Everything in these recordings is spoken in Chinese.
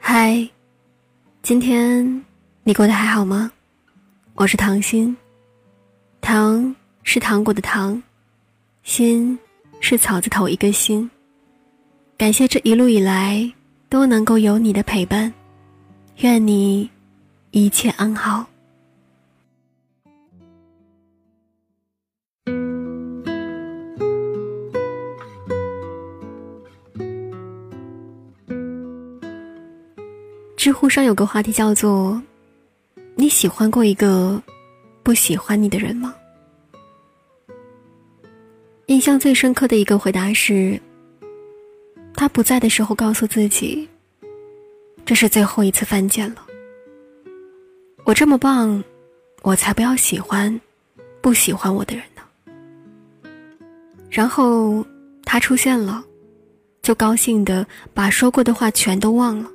嗨，今天你过得还好吗？我是糖心，糖是糖果的糖，心是草字头一个心。感谢这一路以来都能够有你的陪伴，愿你一切安好。知乎上有个话题叫做你喜欢过一个不喜欢你的人吗？印象最深刻的一个回答是，他不在的时候告诉自己，这是最后一次犯贱了。我这么棒，我才不要喜欢不喜欢我的人呢。然后他出现了，就高兴地把说过的话全都忘了。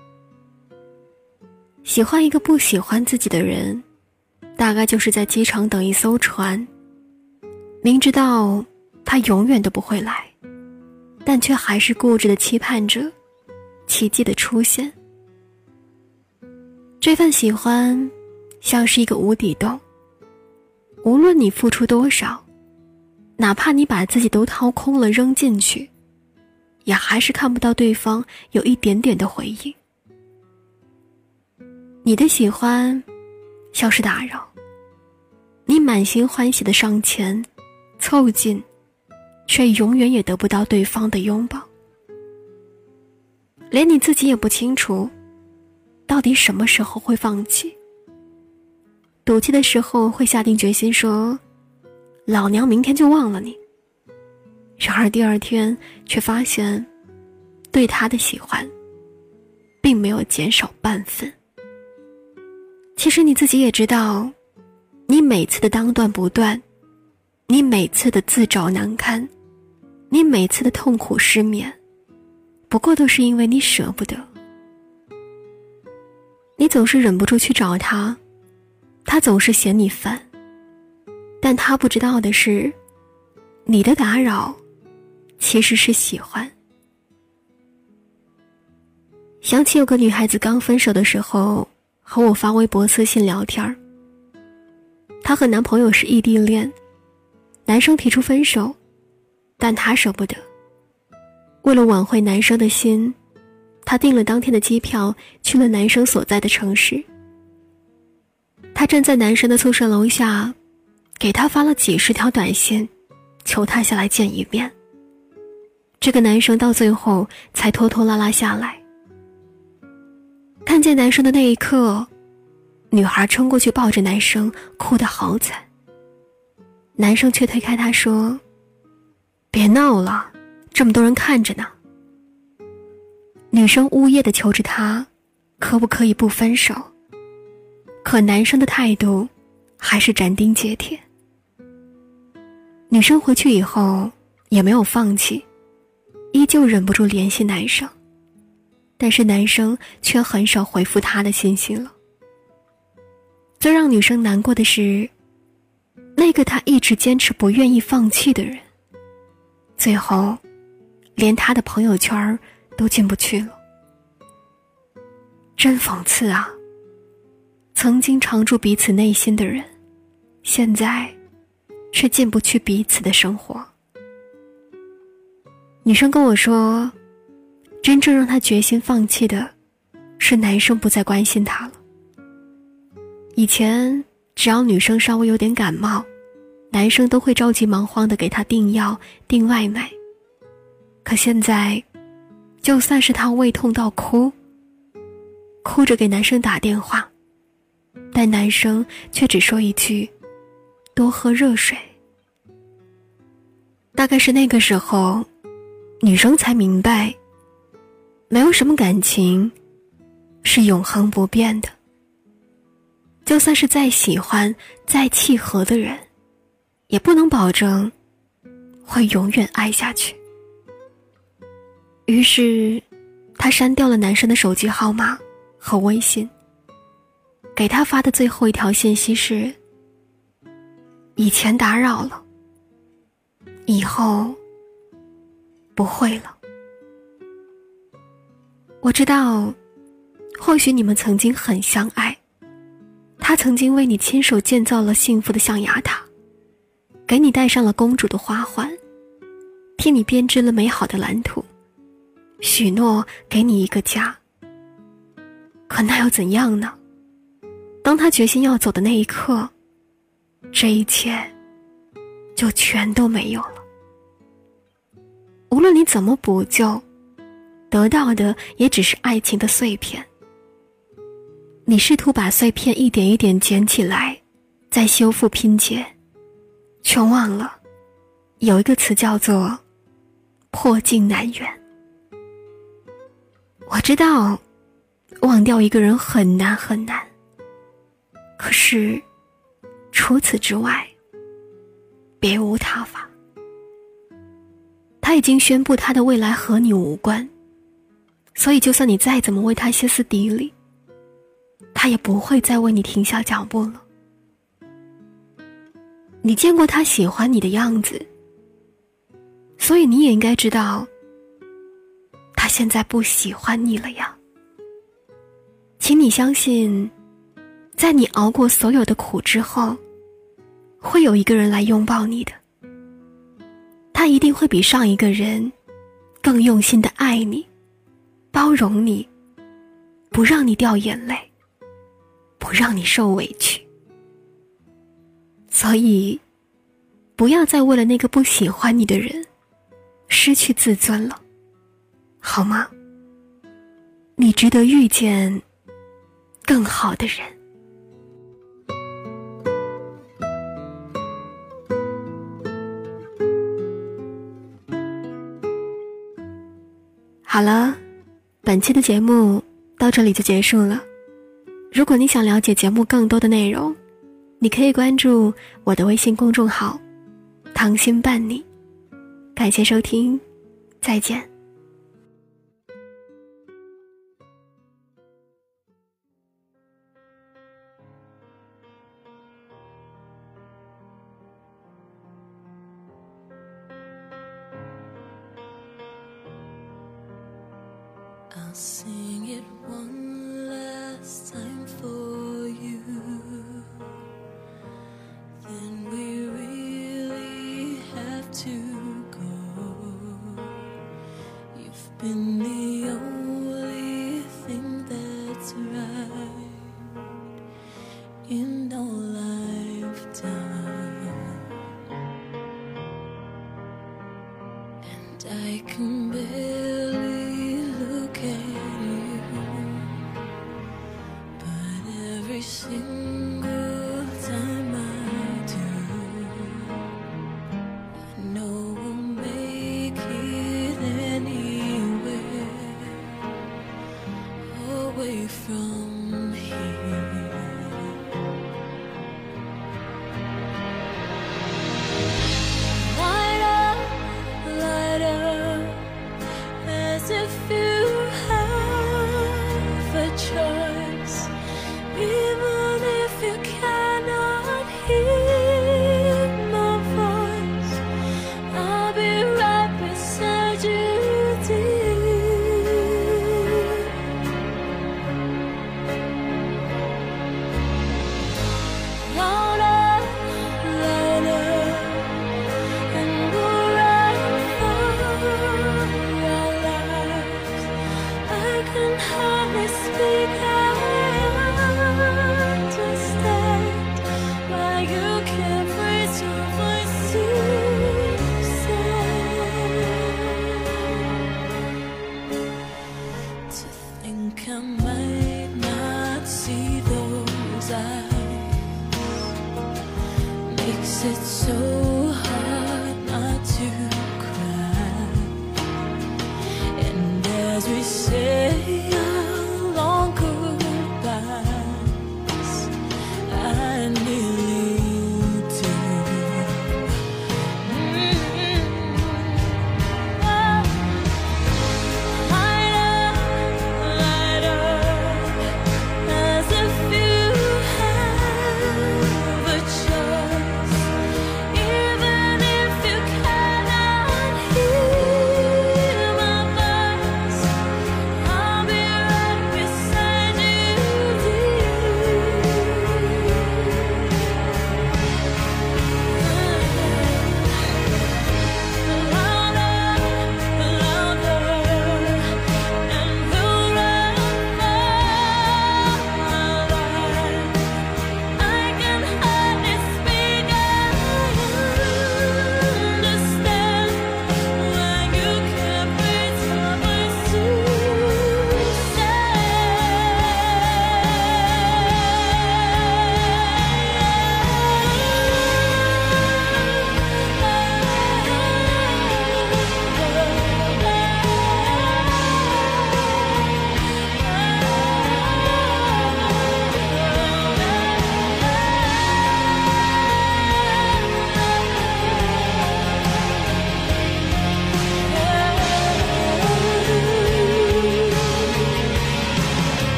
喜欢一个不喜欢自己的人，大概就是在机场等一艘船，明知道他永远都不会来，但却还是固执地期盼着奇迹的出现。这份喜欢像是一个无底洞，无论你付出多少，哪怕你把自己都掏空了扔进去，也还是看不到对方有一点点的回应。你的喜欢像是打扰，你满心欢喜地上前凑近，却永远也得不到对方的拥抱。连你自己也不清楚到底什么时候会放弃。赌气的时候会下定决心说，老娘明天就忘了你。然而第二天却发现对他的喜欢并没有减少半分。其实你自己也知道，你每次的当断不断，你每次的自找难堪，你每次的痛苦失眠，不过都是因为你舍不得。你总是忍不住去找他，他总是嫌你烦，但他不知道的是，你的打扰其实是喜欢。想起有个女孩子刚分手的时候和我发微博私信聊天，她和男朋友是异地恋，男生提出分手，但她舍不得。为了挽回男生的心，她订了当天的机票去了男生所在的城市。她站在男生的宿舍楼下，给他发了几十条短信，求他下来见一面。这个男生到最后才拖拖拉拉下来。看见男生的那一刻，女孩冲过去抱着男生，哭得好惨。男生却推开她说，别闹了，这么多人看着呢。女生呜咽地求着他可不可以不分手，可男生的态度还是斩钉截铁。女生回去以后也没有放弃，依旧忍不住联系男生，但是男生却很少回复她的信息了。最让女生难过的是，那个她一直坚持不愿意放弃的人，最后连她的朋友圈都进不去了。真讽刺啊！曾经常驻彼此内心的人，现在却进不去彼此的生活。女生跟我说，真正让她决心放弃的是男生不再关心她了。以前只要女生稍微有点感冒，男生都会着急忙慌地给她订药订外卖。可现在就算是她胃痛到哭着给男生打电话，但男生却只说一句，多喝热水。大概是那个时候，女生才明白，没有什么感情是永恒不变的。就算是再喜欢再契合的人，也不能保证会永远爱下去。于是她删掉了男生的手机号码和微信，给他发的最后一条信息是，以前打扰了，以后不会了。我知道或许你们曾经很相爱，他曾经为你亲手建造了幸福的象牙塔，给你戴上了公主的花环，替你编织了美好的蓝图，许诺给你一个家。可那又怎样呢？当他决心要走的那一刻，这一切就全都没有了。无论你怎么补救，得到的也只是爱情的碎片。你试图把碎片一点一点捡起来，再修复拼接，却忘了有一个词叫做破镜难圆。我知道忘掉一个人很难很难，可是除此之外别无他法。他已经宣布他的未来和你无关，所以就算你再怎么为他歇斯底里，他也不会再为你停下脚步了。你见过他喜欢你的样子，所以你也应该知道他现在不喜欢你了呀。请你相信，在你熬过所有的苦之后，会有一个人来拥抱你的。他一定会比上一个人更用心地爱你，包容你，不让你掉眼泪，不让你受委屈。所以不要再为了那个不喜欢你的人失去自尊了，好吗？你值得遇见更好的人。好了，本期的节目到这里就结束了。如果你想了解节目更多的内容，你可以关注我的微信公众号糖心伴你。感谢收听，再见。 I'll sing it one last time for you, then we really have to go. You've been the only thing that's right in all I've done, and I can barely look at you, but every single